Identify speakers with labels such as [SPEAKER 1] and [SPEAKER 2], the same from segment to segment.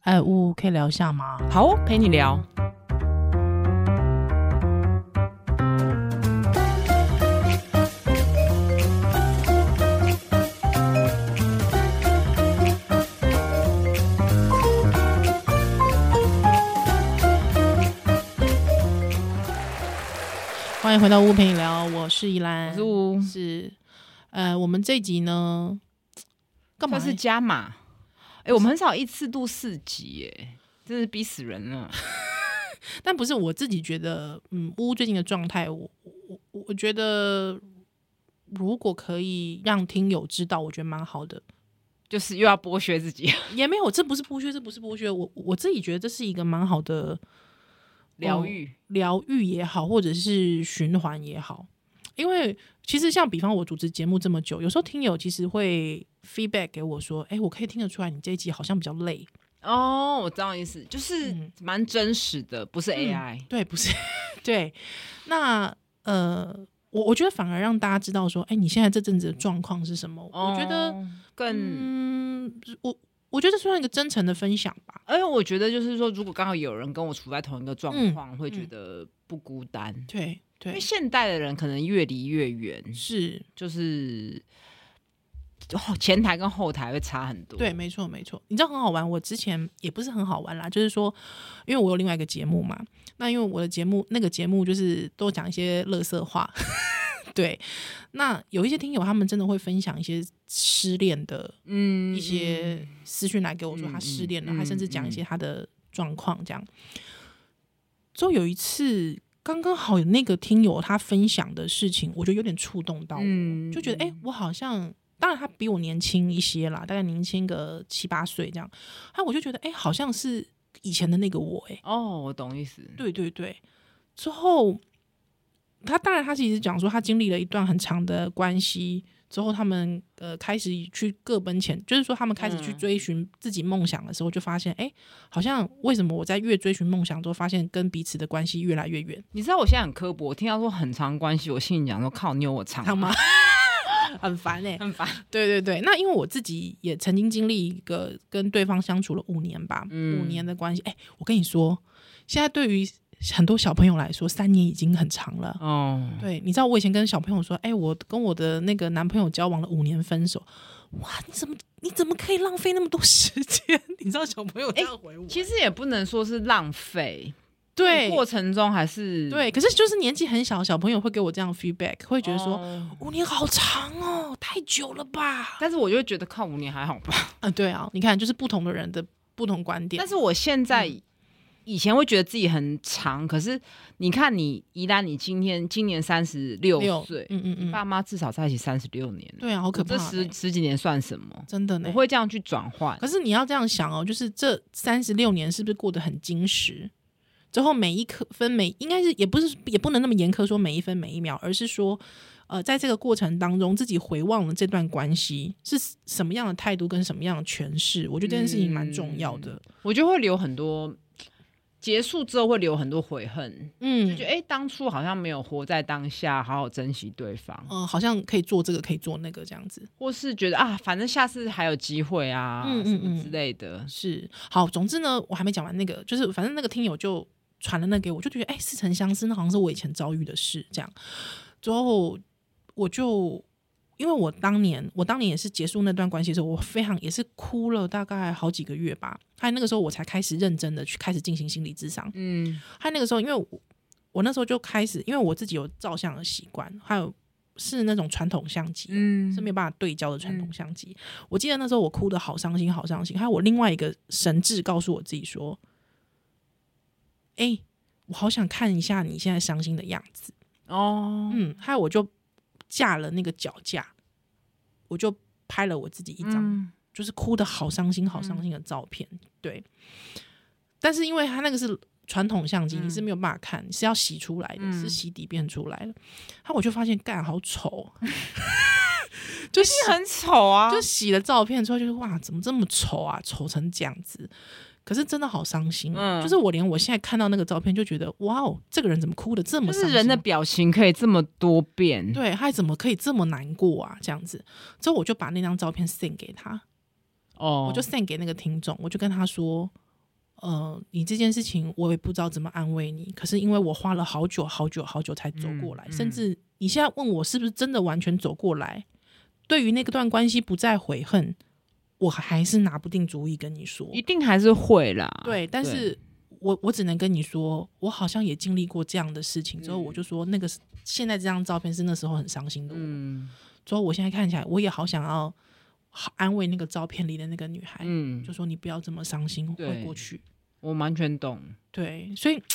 [SPEAKER 1] 呜，可以聊一下吗？
[SPEAKER 2] 好哦，陪你聊。
[SPEAKER 1] 欢迎回到呜陪你聊，我是宜兰，
[SPEAKER 2] 我是呜，
[SPEAKER 1] 是我们这集呢，干嘛？
[SPEAKER 2] 算是加码。我们很少一次录4集耶，真是逼死人了。
[SPEAKER 1] 但不是我自己觉得，呜最近的状态，我觉得如果可以让听友知道，我觉得蛮好的。
[SPEAKER 2] 就是又要剥削自己，
[SPEAKER 1] 也没有，这不是剥削，这不是剥削。我自己觉得这是一个蛮好的
[SPEAKER 2] 疗愈，
[SPEAKER 1] 疗愈也好，或者是循环也好。因为其实像比方我主持节目这么久，有时候听友其实会 feedback 给我说，我可以听得出来你这一集好像比较累。
[SPEAKER 2] 哦，我知道意思，就是蛮真实的，不是 AI。
[SPEAKER 1] 对，不是对。那我觉得反而让大家知道说，你现在这阵子的状况是什么？我觉得更我觉得算一个真诚的分享吧。
[SPEAKER 2] 我觉得就是说，如果刚好有人跟我处在同一个状况，会觉得不孤单。
[SPEAKER 1] 对，
[SPEAKER 2] 因为现代的人可能越离越远，
[SPEAKER 1] 是
[SPEAKER 2] 就是前台跟后台会差很多。
[SPEAKER 1] 对，没错没错。你知道很好玩，我之前也不是很好玩啦，就是说，因为我有另外一个节目嘛，那因为我的节目那个节目就是都讲一些垃圾话。对，那有一些听友他们真的会分享一些失恋的一些私讯来给我说他失恋了，他甚至讲一些他的状况这样。之后有一次刚刚好有那个听友他分享的事情，我觉得有点触动到我，就觉得我好像，当然他比我年轻一些啦，大概年轻个7、8岁这样，我就觉得好像是以前的那个我
[SPEAKER 2] 我懂意思。
[SPEAKER 1] 对对对。之后当然他其实讲说他经历了一段很长的关系之后，他们开始去各奔前，就是说他们开始去追寻自己梦想的时候，就发现好像为什么我在越追寻梦想之后，发现跟彼此的关系越来越远。
[SPEAKER 2] 你知道我现在很刻薄，我听到说很长关系，我心里讲说靠，你有我长吗？
[SPEAKER 1] 很烦
[SPEAKER 2] 很烦。
[SPEAKER 1] 对对对。那因为我自己也曾经经历一个跟对方相处了5年吧，5年的关系。我跟你说，现在对于很多小朋友来说3年已经很长了。对，你知道我以前跟小朋友说，我跟我的那个男朋友交往了5年分手。哇，你怎么可以浪费那么多时间？你知道小朋友这样回我。
[SPEAKER 2] 其实也不能说是浪费，
[SPEAKER 1] 对，
[SPEAKER 2] 过程中还是
[SPEAKER 1] 对。可是就是年纪很小小朋友会给我这样 feedback， 会觉得说5年好长哦，太久了吧。
[SPEAKER 2] 但是我就会觉得靠5年还好吧。
[SPEAKER 1] 对啊，你看就是不同的人的不同观点。
[SPEAKER 2] 但是我现在以前会觉得自己很长，可是你看宜兰，你今年36岁，爸妈至少在一起36年。
[SPEAKER 1] 对啊，好可怕。
[SPEAKER 2] 这十几年算什么？
[SPEAKER 1] 真的呢，
[SPEAKER 2] 我会这样去转换。
[SPEAKER 1] 可是你要这样想哦，就是这36年是不是过得很精实？之后每一分应该是也不能那么严苛说每一分每一秒，而是说在这个过程当中自己回望了这段关系是什么样的态度跟什么样的诠释，我觉得这件事情蛮重要的。
[SPEAKER 2] 我觉得会留很多，结束之后会留很多悔恨，就觉得当初好像没有活在当下，好好珍惜对方，
[SPEAKER 1] 好像可以做这个可以做那个这样子，
[SPEAKER 2] 或是觉得反正下次还有机会啊，什么之类的。
[SPEAKER 1] 是好，总之呢，我还没讲完那个，就是反正那个听友就传了那给我，就觉得似曾相识，那好像是我以前遭遇的事这样。之后我就因为我当年也是结束那段关系的时候，我非常也是哭了大概好几个月吧。还有那个时候我才开始认真的去开始进行心理咨商。还有那个时候，因为我那时候就开始，因为我自己有照相的习惯，还有是那种传统相机，是没有办法对焦的传统相机。我记得那时候我哭得好伤心，好伤心。还有我另外一个神智告诉我自己说，我好想看一下你现在伤心的样子。还有我就架了那个脚架，我就拍了我自己一张，就是哭得好伤心好伤心的照片。对，但是因为它那个是传统相机，你是没有办法看，你是要洗出来的，是洗底片出来的。我就发现干好丑，
[SPEAKER 2] 就是很丑啊，
[SPEAKER 1] 就洗了照片之后就是哇，怎么这么丑啊，丑成这样子。可是真的好伤心，就是我连我现在看到那个照片就觉得哇哦，这个人怎么哭得这么伤心，
[SPEAKER 2] 就是人的表情可以这么多变，
[SPEAKER 1] 对，他怎么可以这么难过啊这样子。之后我就把那张照片 send 给他，我就 send 给那个听众，我就跟他说你这件事情我也不知道怎么安慰你，可是因为我花了好久才走过来，甚至你现在问我是不是真的完全走过来，对于那个段关系不再悔恨，我还是拿不定主意跟你说。
[SPEAKER 2] 一定还是会啦，
[SPEAKER 1] 对，但是我只能跟你说，我好像也经历过这样的事情之后，我就说那个现在这张照片是那时候很伤心的我，之后我现在看起来我也好想要安慰那个照片里的那个女孩，就说你不要这么伤心，会过去。
[SPEAKER 2] 我完全懂。
[SPEAKER 1] 对，所以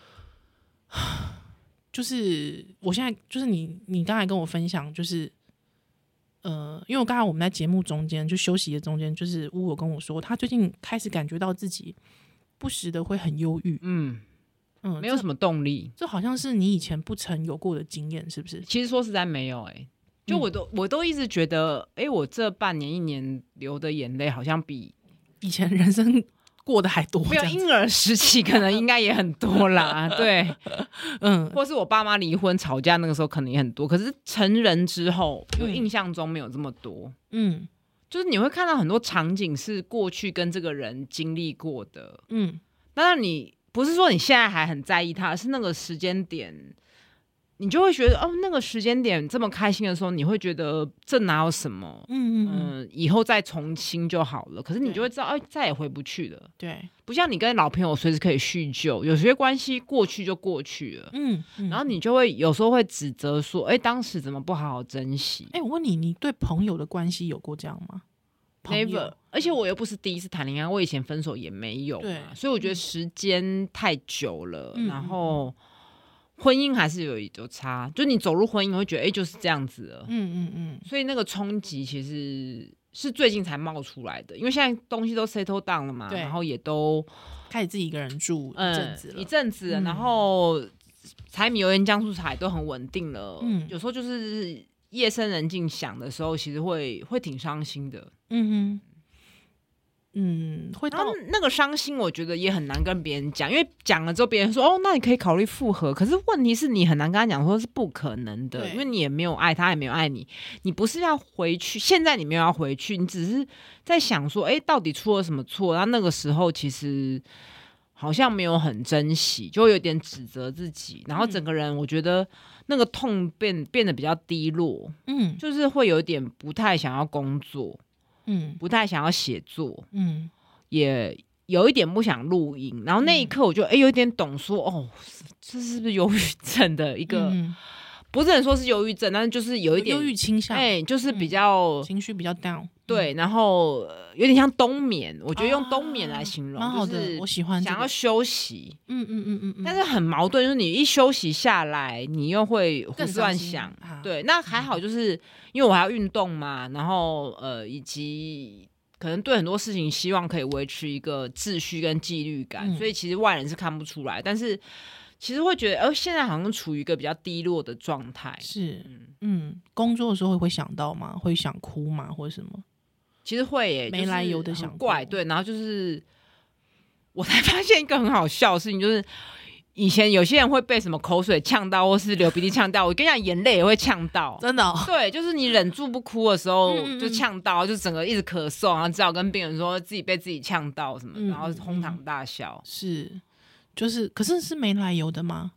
[SPEAKER 1] 就是我现在就是你刚才跟我分享，就是因为我刚才我们在节目中间就休息的中间，就是乌有跟我说，他最近开始感觉到自己不时的会很忧郁，
[SPEAKER 2] 没有什么动力，
[SPEAKER 1] 这好像是你以前不曾有过的经验，是不是？
[SPEAKER 2] 其实说实在没有就我都一直觉得，我这半年1年流的眼泪好像比
[SPEAKER 1] 以前人生过得还多，
[SPEAKER 2] 没有婴儿时期可能应该也很多啦，对，或是我爸妈离婚吵架那个时候可能也很多，可是成人之后，有印象中没有这么多，就是你会看到很多场景是过去跟这个人经历过的，当然你不是说你现在还很在意他，而是那个时间点。你就会觉得那个时间点这么开心的时候，你会觉得这哪有什么，以后再重新就好了。可是你就会知道，再也回不去了。
[SPEAKER 1] 对，
[SPEAKER 2] 不像你跟老朋友随时可以叙旧，有些关系过去就过去了。然后你就会有时候会指责说，当时怎么不好好珍惜？
[SPEAKER 1] 我问你，你对朋友的关系有过这样吗？
[SPEAKER 2] Never， 而且我又不是第一次谈恋爱，我以前分手也没有嘛，所以我觉得时间太久了，然后。婚姻还是有差，就你走入婚姻会觉得就是这样子了，所以那个冲击其实是最近才冒出来的，因为现在东西都 settle down 了嘛，然后也都
[SPEAKER 1] 开始自己一个人住一
[SPEAKER 2] 阵子了，然后柴米油盐酱醋茶都很稳定了，有时候就是夜深人静想的时候，其实会挺伤心的，会到那个伤心，我觉得也很难跟别人讲，因为讲了之后，别人说那你可以考虑复合。可是问题是你很难跟他讲说是不可能的，因为你也没有爱他，也没有爱你。你不是要回去，现在你没有要回去，你只是在想说，到底出了什么错？然后那个时候其实好像没有很珍惜，就会有点指责自己，然后整个人我觉得那个痛变得比较低落，就是会有点不太想要工作。不太想要写作，也有一点不想录音，然后那一刻我就有点懂说，这是不是忧郁症的一个，不是很说是忧郁症，但是就是有一点
[SPEAKER 1] 忧郁倾向，
[SPEAKER 2] 就是比较
[SPEAKER 1] 情绪比较 down，
[SPEAKER 2] 对，然后有点像冬眠，我觉得用冬眠来形容，
[SPEAKER 1] 蛮好的，我喜欢
[SPEAKER 2] 想要休息，但是很矛盾，就是你一休息下来，你又会胡思乱想，对，那还好，就是因为我还要运动嘛，然后以及可能对很多事情希望可以维持一个秩序跟纪律感，所以其实外人是看不出来，但是其实会觉得现在好像处于一个比较低落的状态。
[SPEAKER 1] 是，工作的时候会想到吗？会想哭吗？或者什么？
[SPEAKER 2] 其实会
[SPEAKER 1] 没来由的想哭，
[SPEAKER 2] 怪，对，然后就是我才发现一个很好笑的事情，就是以前有些人会被什么口水呛到，或是流鼻涕呛到，我跟你讲，眼泪也会呛到，
[SPEAKER 1] 真的
[SPEAKER 2] 对，就是你忍住不哭的时候就呛到，就整个一直咳嗽，然后只好跟病人说自己被自己呛到什么，然后哄堂大笑，
[SPEAKER 1] 是，就是可是没来由的吗？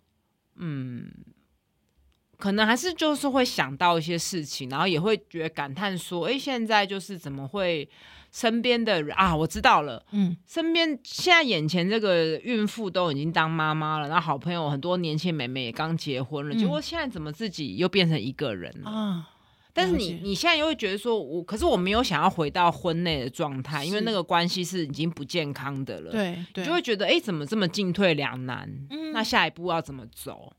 [SPEAKER 2] 可能还是就是会想到一些事情，然后也会觉得感叹说，现在就是怎么会身边的人啊，我知道了，身边现在眼前这个孕妇都已经当妈妈了，然后好朋友很多年轻妹妹也刚结婚了，结果现在怎么自己又变成一个人了啊？但是你现在又会觉得说，可是我没有想要回到婚内的状态，因为那个关系是已经不健康的了。
[SPEAKER 1] 对，
[SPEAKER 2] 你就会觉得，怎么这么进退两难？那下一步要怎么走？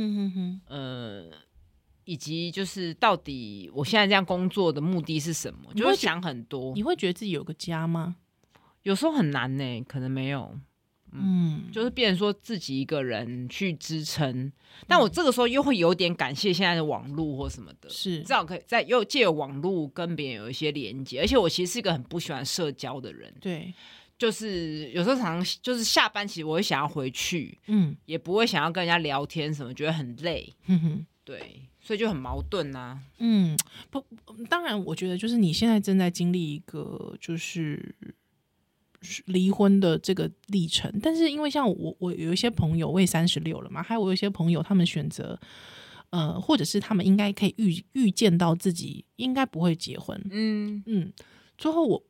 [SPEAKER 2] 以及就是到底我现在这样工作的目的是什么？就会想很多。
[SPEAKER 1] 你会觉得自己有个家吗？
[SPEAKER 2] 有时候很难呢，可能没有。就是变成说自己一个人去支撑，但我这个时候又会有点感谢现在的网络或什么的，
[SPEAKER 1] 是
[SPEAKER 2] 至少可以又借由网络跟别人有一些连接，而且我其实是一个很不喜欢社交的人，
[SPEAKER 1] 对，
[SPEAKER 2] 就是有时候常常就是下班，其实我会想要回去，也不会想要跟人家聊天什么，觉得很累，对，所以就很矛盾啊。
[SPEAKER 1] 不，当然，我觉得就是你现在正在经历一个就是离婚的这个历程。但是因为像我有一些朋友，我也36了嘛，还有我有一些朋友，他们选择或者是他们应该可以预见到自己应该不会结婚。最后我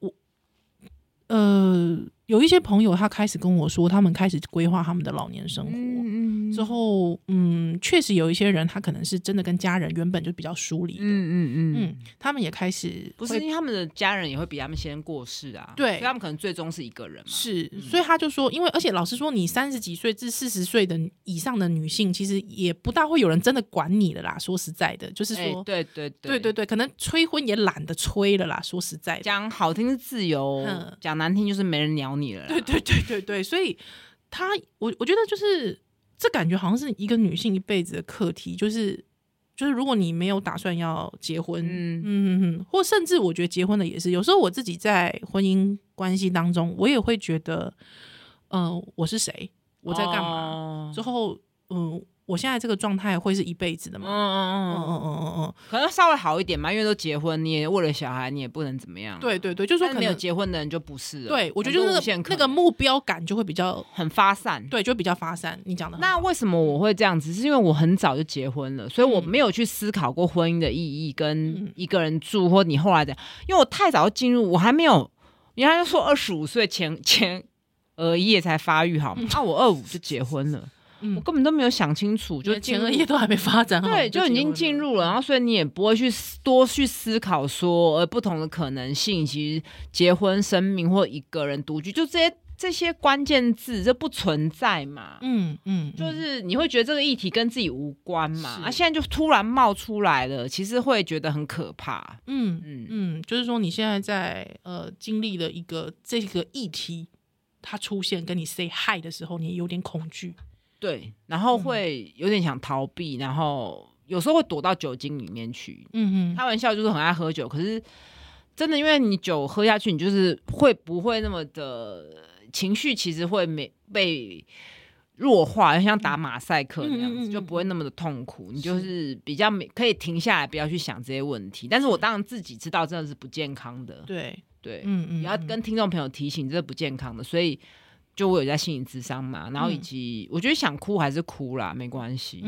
[SPEAKER 1] 有一些朋友他开始跟我说，他们开始规划他们的老年生活。之后确实有一些人他可能是真的跟家人原本就比较疏离的。他们也开始
[SPEAKER 2] 不是因为他们的家人也会比他们先过世啊，
[SPEAKER 1] 对，
[SPEAKER 2] 所以他们可能最终是一个人嘛。
[SPEAKER 1] 是，所以他就说，因为而且老实说，你30几岁至40岁的以上的女性，其实也不大会有人真的管你了啦。说实在的，就是说，对，可能催婚也懒得催了啦。说实在的，
[SPEAKER 2] 讲好听是自由，讲难听就是没人鸟你了啦。
[SPEAKER 1] 对，所以我觉得就是这感觉好像是一个女性一辈子的课题，就是如果你没有打算要结婚，或甚至我觉得结婚的也是，有时候我自己在婚姻关系当中，我也会觉得，我是谁，我在干嘛，之后，我现在这个状态会是一辈子的吗？
[SPEAKER 2] 可能稍微好一点嘛，因为都结婚，你也为了小孩，你也不能怎么样。
[SPEAKER 1] 对，就是说可能
[SPEAKER 2] 没有结婚的人就不是了。
[SPEAKER 1] 对，我觉得就是那个目标感就会比较
[SPEAKER 2] 很发散，
[SPEAKER 1] 对，就比较发散。你讲的
[SPEAKER 2] 那为什么我会这样子？是因为我很早就结婚了，所以我没有去思考过婚姻的意义跟一个人住，或你后来的，因为我太早就进入，我还没有，人家就说25岁前额叶才发育好，我25就结婚了。我根本都没有想清楚，就
[SPEAKER 1] 前额叶都还没发展好，
[SPEAKER 2] 对，就已经进入了，然后所以你也不会去多去思考说，不同的可能性，其实结婚、生命或一个人独居，就这些关键字这不存在嘛。就是你会觉得这个议题跟自己无关嘛，现在就突然冒出来了，其实会觉得很可怕。
[SPEAKER 1] 就是说你现在在经历了这个议题，它出现跟你 say hi 的时候，你有点恐惧。
[SPEAKER 2] 对，然后会有点想逃避，然后有时候会躲到酒精里面去。开玩笑就是很爱喝酒，可是真的因为你酒喝下去，你就是会不会那么的情绪，其实会被弱化，像打马赛克那样子，就不会那么的痛苦。你就是比较可以停下来，不要去想这些问题。但是我当然自己知道真的是不健康的，对，也要跟听众朋友提醒这是不健康的，所以。就我有在心理咨商嘛，然后以及我觉得想哭还是哭啦，没关系。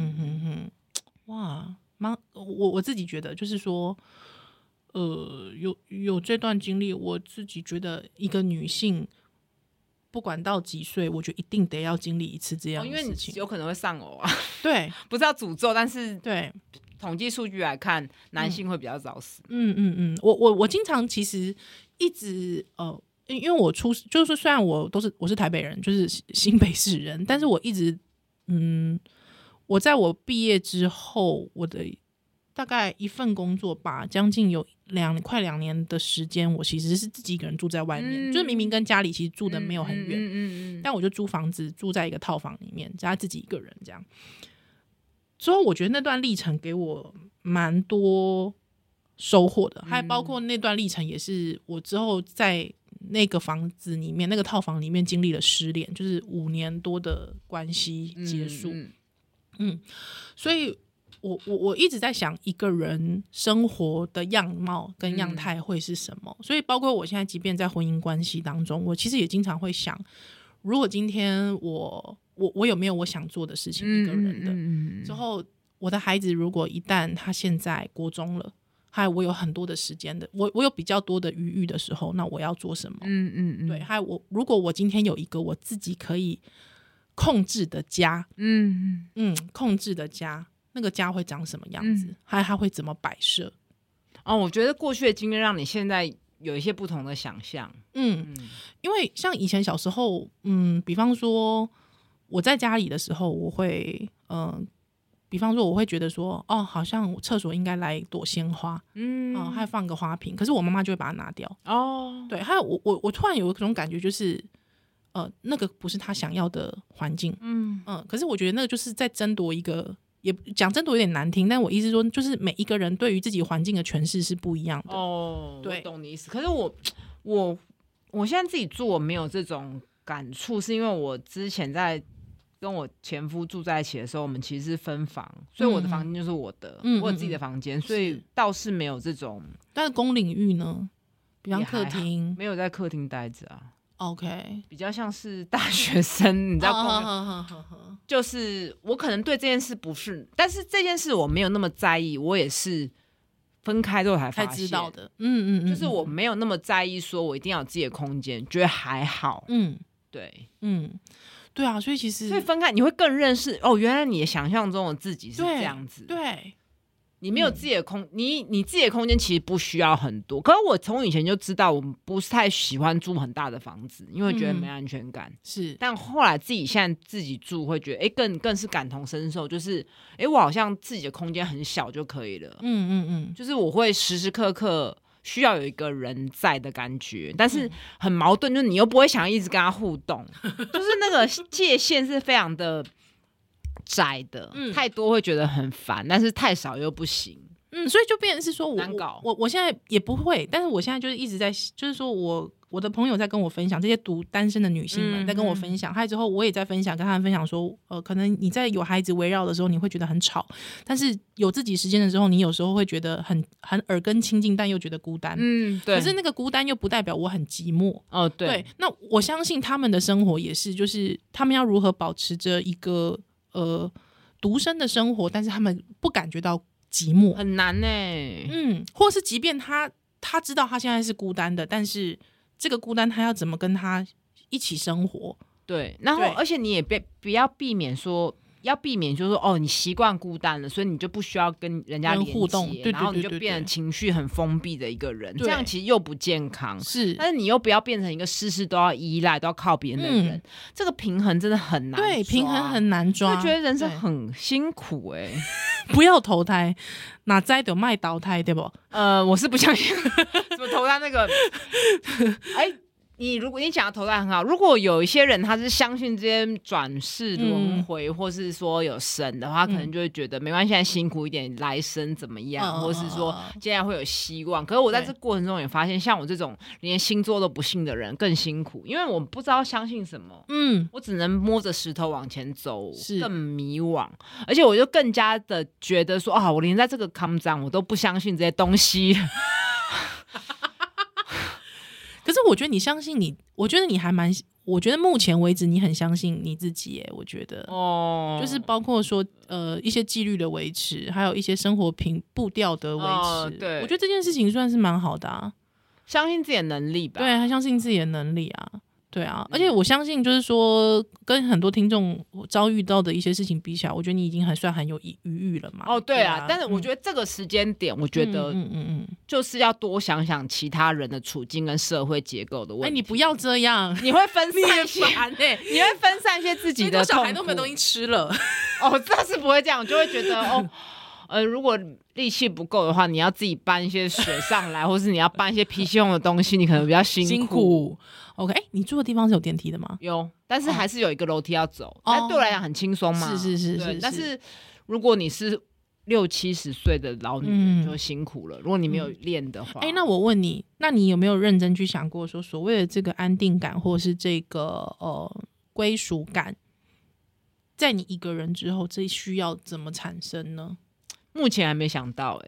[SPEAKER 1] 哇，我自己觉得就是说，有这段经历，我自己觉得一个女性不管到几岁，我觉得一定得要经历一次这样的事情，
[SPEAKER 2] 因为你有可能会丧偶啊。
[SPEAKER 1] 对，
[SPEAKER 2] 不是要诅咒，但是
[SPEAKER 1] 对
[SPEAKER 2] 统计数据来看，男性会比较早死。
[SPEAKER 1] 我经常其实一直因为我就是虽然我是台北人，就是新北市人，但是我一直我在我毕业之后，我的大概一份工作吧，将近有快2年的时间，我其实是自己一个人住在外面，就是明明跟家里其实住的没有很远，但我就租房子住在一个套房里面，加自己一个人这样。之后我觉得那段历程给我蛮多收获的，还包括那段历程也是我之后在那个房子里面，那个套房里面经历了失恋，就是5年多的关系结束。所以我一直在想一个人生活的样貌跟样态会是什么。所以包括我现在即便在婚姻关系当中，我其实也经常会想，如果今天我有没有我想做的事情一个人的，之后我的孩子如果一旦他现在国中了，还有我有很多的时间的，我有比较多的余裕的时候，那我要做什么？对，还有如果我今天有一个我自己可以控制的家，控制的家，那个家会长什么样子？还有它会怎么摆设？
[SPEAKER 2] 我觉得过去的经验让你现在有一些不同的想象。
[SPEAKER 1] 因为像以前小时候，比方说我在家里的时候，我会比方说我会觉得说，好像厕所应该来一朵鲜花，还放个花瓶，可是我妈妈就会把它拿掉。对，还有我突然有一种感觉，就是那个不是他想要的环境。可是我觉得那个就是在争夺一个，也讲争夺有点难听，但我意思说，就是每一个人对于自己环境的诠释是不一样的。
[SPEAKER 2] 对，我懂你意思。可是我现在自己住，我没有这种感触，是因为我之前在跟我前夫住在一起的时候，我们其实是分房，所以我的房间就是我的，我有自己的房间，所以倒是没有这种。
[SPEAKER 1] 但是公领域呢，比方客厅
[SPEAKER 2] 没有在客厅待着啊。
[SPEAKER 1] OK，
[SPEAKER 2] 比较像是大学生，你知道，就是我可能对这件事不是，但是这件事我没有那么在意，我也是分开之后才
[SPEAKER 1] 知道的。
[SPEAKER 2] 就是我没有那么在意，说我一定要有自己的空间，觉得还好。对，
[SPEAKER 1] 对啊，所以其实
[SPEAKER 2] 所以分开你会更认识原来你的想象中的自己是这样子。
[SPEAKER 1] 对。
[SPEAKER 2] 你没有自己的你自己的空间其实不需要很多。可是我从以前就知道，我不是太喜欢住很大的房子，因为觉得没安全感。
[SPEAKER 1] 是，
[SPEAKER 2] 但后来现在自己住，会觉得更是感同身受，就是我好像自己的空间很小就可以了。就是我会时时刻刻需要有一个人在的感觉，但是很矛盾，就是你又不会想一直跟他互动，就是那个界限是非常的窄的，太多会觉得很烦，但是太少又不行。
[SPEAKER 1] 所以就变成是说
[SPEAKER 2] 难搞。
[SPEAKER 1] 我现在也不会，但是我现在就是一直在，就是说我的朋友在跟我分享，这些单身的女性们在跟我分享，还有之后我也在分享，跟他们分享说，可能你在有孩子围绕的时候，你会觉得很吵，但是有自己时间的时候，你有时候会觉得很耳根清净，但又觉得孤单。对。可是那个孤单又不代表我很寂寞。对。那我相信他们的生活也是，就是他们要如何保持着一个独身的生活，但是他们不感觉到寂寞，
[SPEAKER 2] 很难
[SPEAKER 1] 或是即便他知道他现在是孤单的，但是这个孤单他要怎么跟他一起生活？
[SPEAKER 2] 对，然后而且你也不要避免说。要避免就是说你习惯孤单了，所以你就不需要跟人家互动，然后你就变成情绪很封闭的一个人，这样其实又不健康。
[SPEAKER 1] 是，
[SPEAKER 2] 但是你又不要变成一个事事都要依赖、都要靠别人的人，这个平衡真的很难抓。
[SPEAKER 1] 对，平衡很难抓，
[SPEAKER 2] 就觉得人生很辛苦
[SPEAKER 1] 不要投胎，哪栽得卖倒胎，对不？
[SPEAKER 2] 我是不相信什么投胎那个，如果你讲的投胎很好，如果有一些人他是相信这些转世轮回，或是说有神的话，可能就会觉得没关系，现在辛苦一点，来生怎么样，或是说接下来会有希望。可是我在这过程中也发现，像我这种连星座都不信的人更辛苦，因为我不知道相信什么，我只能摸着石头往前走，更迷惘。而且我就更加的觉得说我连在这个康章我都不相信这些东西。
[SPEAKER 1] 可是我觉得你相信我觉得你还蛮，我觉得目前为止你很相信你自己我觉得就是包括说一些纪律的维持，还有一些生活步调的维持。对，我觉得这件事情算是蛮好的
[SPEAKER 2] 相信自己的能力吧。
[SPEAKER 1] 对，还相信自己的能力对啊，而且我相信就是说跟很多听众遭遇到的一些事情比起来，我觉得你已经算很有余裕了嘛。
[SPEAKER 2] 对啊，但是我觉得这个时间点，我觉得就是要多想想其他人的处境跟社会结构的问题。
[SPEAKER 1] 你不要这样，
[SPEAKER 2] 你会分散一些，你会分散一些自己的痛苦。
[SPEAKER 1] 小孩都没有东西吃了
[SPEAKER 2] 这是不会这样，就会觉得如果力气不够的话，你要自己搬一些水上来，或是你要搬一些脾气用的东西，你可能比较辛苦。
[SPEAKER 1] OK， 你住的地方是有电梯的吗？
[SPEAKER 2] 有，但是还是有一个楼梯要走。但对我来讲很轻松嘛。
[SPEAKER 1] 是。
[SPEAKER 2] 但是如果你是60-70岁的老女人，就辛苦了。如果你没有练的话，
[SPEAKER 1] 那我问你，那你有没有认真去想过说，所谓的这个安定感，或是这个归属感，在你一个人之后，这需要怎么产生呢？
[SPEAKER 2] 目前还没想到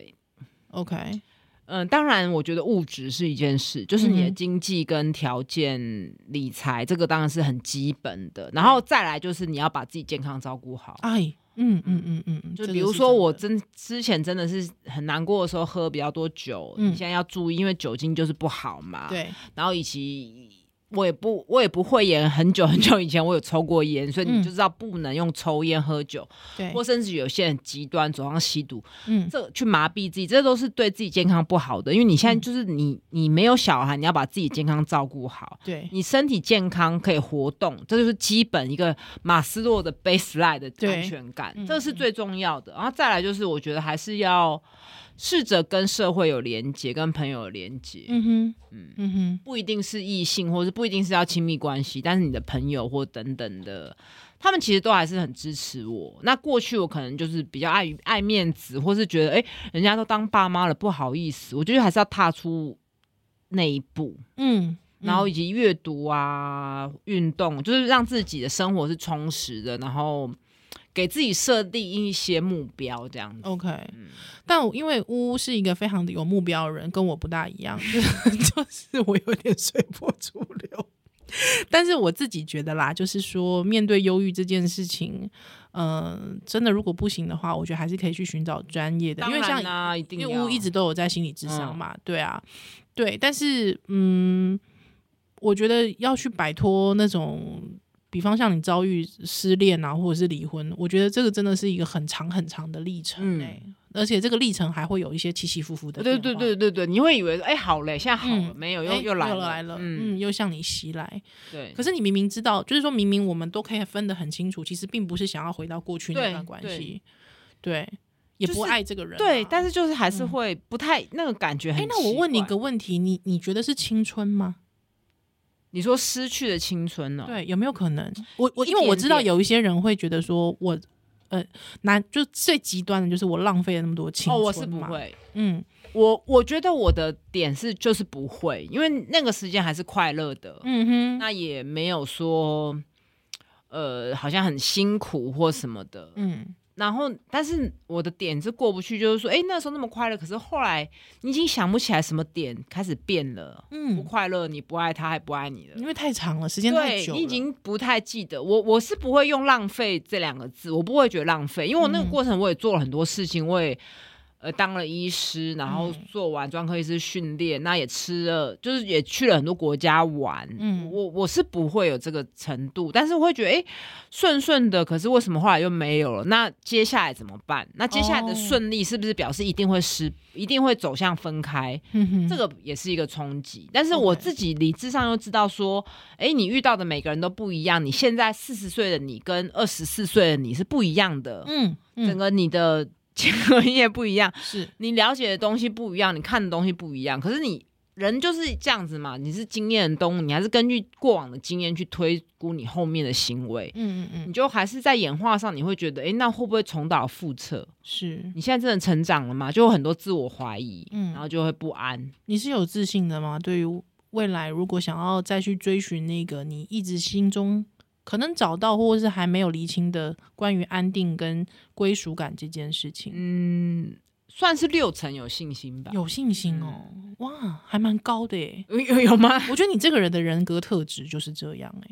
[SPEAKER 1] OK。
[SPEAKER 2] 当然我觉得物质是一件事，就是你的经济跟条件、理财，这个当然是很基本的，然后再来就是你要把自己健康照顾好。就比如说我之前真的是很难过的时候喝比较多酒，你现在要注意，因为酒精就是不好嘛。
[SPEAKER 1] 对，
[SPEAKER 2] 然后以及我也不会演，很久很久以前我有抽过烟，所以你就知道不能用抽烟喝酒，或甚至有些人极端走上吸毒，这去麻痹自己，这都是对自己健康不好的。因为你现在就是你没有小孩，你要把自己健康照顾好，
[SPEAKER 1] 对，
[SPEAKER 2] 你身体健康可以活动，这就是基本一个马斯洛的 baseline 的安全感，这是最重要的。然后再来就是我觉得还是要试着跟社会有连结，跟朋友有连结。不一定是异性，或是不一定是要亲密关系，但是你的朋友或等等的，他们其实都还是很支持我。那过去我可能就是比较爱面子，或是觉得人家都当爸妈了，不好意思。我觉得还是要踏出那一步。然后以及阅读啊、运动，就是让自己的生活是充实的，然后给自己设定一些目标这样子。
[SPEAKER 1] OK，但因为乌是一个非常有目标的人，跟我不大一样，就是我有点随波逐流。 但是我自己觉得啦，就是说面对忧郁这件事情，真的如果不行的话，我觉得还是可以去寻找专业的，
[SPEAKER 2] 当然
[SPEAKER 1] 因为
[SPEAKER 2] 一定要，
[SPEAKER 1] 因为我一直都有在心理咨商嘛，对啊，对，但是我觉得要去摆脱那种，比方像你遭遇失恋啊，或者是离婚，我觉得这个真的是一个很长很长的历程而且这个历程还会有一些起起伏伏的变化。
[SPEAKER 2] 对，你会以为好了，现在好了，没有又来
[SPEAKER 1] 了，又向你袭来。
[SPEAKER 2] 对，
[SPEAKER 1] 可是你明明知道，就是说明明我们都可以分得很清楚，其实并不是想要回到过去那段关系，对，也不爱这个人，
[SPEAKER 2] 对，但是就是还是会不太那个感觉很奇怪。
[SPEAKER 1] 那我问你一个问题，你觉得是青春吗？
[SPEAKER 2] 你说失去的青春呢？
[SPEAKER 1] 对，有没有可能？因为我知道有一些人会觉得说就最极端的就是我浪费了那么多青春
[SPEAKER 2] 我是不会。我觉得我的点就是不会，因为那个时间还是快乐的。那也没有说好像很辛苦或什么的。然后，但是我的点是过不去，就是说，那时候那么快乐，可是后来你已经想不起来什么点开始变了，不快乐，你不爱他，还不爱你了，
[SPEAKER 1] 因为太长了，时间太久了，
[SPEAKER 2] 你已经不太记得。我是不会用浪费这2个字，我不会觉得浪费，因为我那个过程我也做了很多事情，我也当了医师，然后做完专科医师训练，那也吃了，就是也去了很多国家玩。我是不会有这个程度，但是我会觉得顺顺的，可是为什么后来又没有了？那接下来怎么办？那接下来的顺利是不是表示一定会走向分开？这个也是一个冲击。但是我自己理智上又知道说，你遇到的每个人都不一样，你现在40岁的你跟24岁的你是不一样的。整个你的结合也不一样，
[SPEAKER 1] 是
[SPEAKER 2] 你了解的东西不一样，你看的东西不一样。可是你人就是这样子嘛，你是经验的动物，你还是根据过往的经验去推估你后面的行为。你就还是在演化上，你会觉得，那会不会重蹈覆辙？
[SPEAKER 1] 是
[SPEAKER 2] 你现在真的成长了吗？就有很多自我怀疑，然后就会不安。
[SPEAKER 1] 你是有自信的吗？对于未来，如果想要再去追寻那个你一直心中可能找到或者是还没有厘清的关于安定跟归属感这件事情，
[SPEAKER 2] 算是60%有信心吧。
[SPEAKER 1] 有信心哦，哇，还蛮高的耶。
[SPEAKER 2] 有吗？
[SPEAKER 1] 我觉得你这个人的人格特质就是这样耶。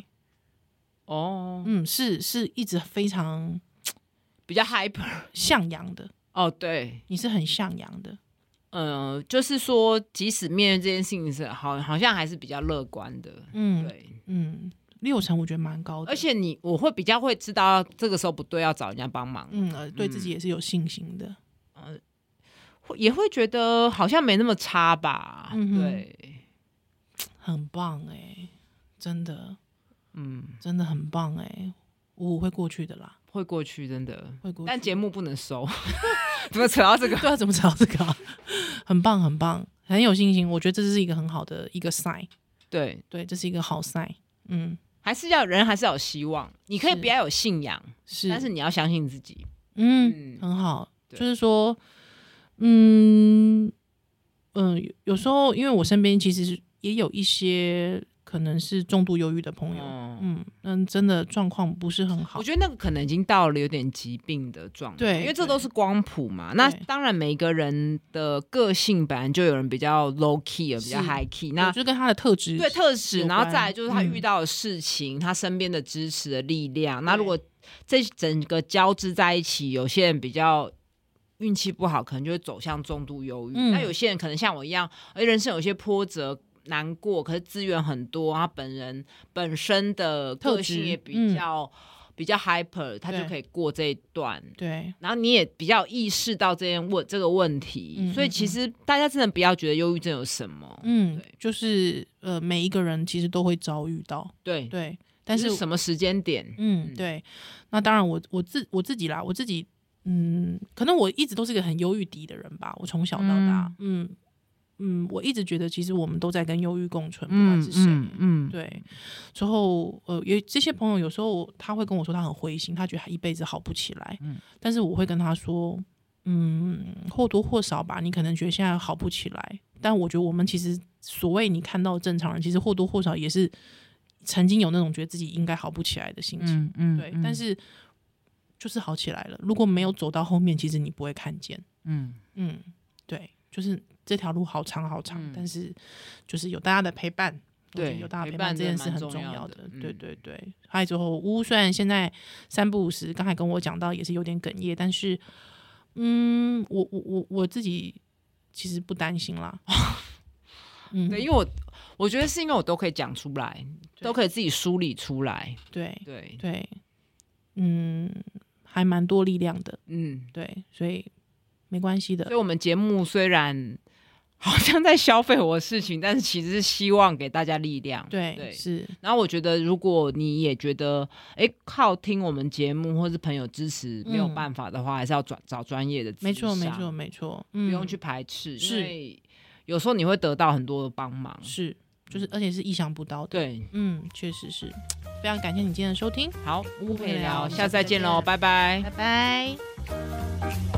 [SPEAKER 1] 是一直非常
[SPEAKER 2] 比较 hyper
[SPEAKER 1] 向阳的。
[SPEAKER 2] 对，
[SPEAKER 1] 你是很向阳的。
[SPEAKER 2] 就是说，即使面对这件事情是好像还是比较乐观的。对
[SPEAKER 1] ，60%我觉得蛮高的，
[SPEAKER 2] 而且我会比较会知道这个时候不对，要找人家帮忙。
[SPEAKER 1] 对自己也是有信心的。
[SPEAKER 2] 也会觉得好像没那么差吧。对，
[SPEAKER 1] 很棒真的，真的很棒我会过去的啦，
[SPEAKER 2] 会过去，真的
[SPEAKER 1] 会过去，
[SPEAKER 2] 但节目不能收。怎么扯到这个？
[SPEAKER 1] 对啊，怎么扯到这个很棒，很棒，很有信心。我觉得这是一个很好的一个 sign。对，这是一个好 sign。
[SPEAKER 2] 还是要有希望。你可以不要有信仰，但是你要相信自己。
[SPEAKER 1] 很好。就是说，有时候因为我身边其实也有一些可能是重度忧郁的朋友，真的状况不是很好。
[SPEAKER 2] 我觉得那个可能已经到了有点疾病的状态，
[SPEAKER 1] 对，
[SPEAKER 2] 因为这都是光谱嘛。那当然每个人的个性本来就有人比较 low key， 比较 high key， 那
[SPEAKER 1] 就跟他的特质
[SPEAKER 2] 然后再来就是他遇到的事情，他身边的支持的力量。那如果这整个交织在一起，有些人比较运气不好，可能就会走向重度忧郁。那有些人可能像我一样，人生有些波折难过，可是资源很多，他本身的个性也比较 hyper， 他就可以过这一段。
[SPEAKER 1] 对，
[SPEAKER 2] 然后你也比较意识到这个问题，所以其实大家真的不要觉得忧郁症有什么。
[SPEAKER 1] 就是每一个人其实都会遭遇到。对，但是
[SPEAKER 2] 什么时间点？
[SPEAKER 1] 对。那当然我自己啦，我自己可能我一直都是一个很忧郁底的人吧，我从小到大，我一直觉得其实我们都在跟忧郁共存，不管是谁。对。之后有这些朋友有时候他会跟我说他很灰心，他觉得他一辈子好不起来。但是我会跟他说，或多或少吧，你可能觉得现在好不起来，但我觉得我们其实所谓你看到的正常人，其实或多或少也是曾经有那种觉得自己应该好不起来的心情。对。但是就是好起来了，如果没有走到后面，其实你不会看见。对，就是这条路好长好长，但是就是有大家的陪伴，
[SPEAKER 2] 对，
[SPEAKER 1] 有大家陪伴这件事很重要的。
[SPEAKER 2] 嗯、
[SPEAKER 1] 对对对，还有之后乌虽然现在3不5时，刚才跟我讲到也是有点哽咽，但是我自己其实不担心啦。
[SPEAKER 2] 对，因为我觉得是因为我都可以讲出来，都可以自己梳理出来。
[SPEAKER 1] 对
[SPEAKER 2] 对
[SPEAKER 1] 对，还蛮多力量的。对，所以没关系的。
[SPEAKER 2] 所以我们节目虽然好像在消费我的事情，但是其实是希望给大家力量。
[SPEAKER 1] 对，是。
[SPEAKER 2] 然后我觉得，如果你也觉得，靠听我们节目或是朋友支持没有办法的话，还是要找专业的咨商。
[SPEAKER 1] 没错，
[SPEAKER 2] 不用去排斥，因为有时候你会得到很多的帮忙。
[SPEAKER 1] 是，就是而且是意想不到的。
[SPEAKER 2] 对，
[SPEAKER 1] 确实是。非常感谢你今天的收听。
[SPEAKER 2] 好，乌陪聊，下次再见喽，拜拜，
[SPEAKER 1] 拜拜。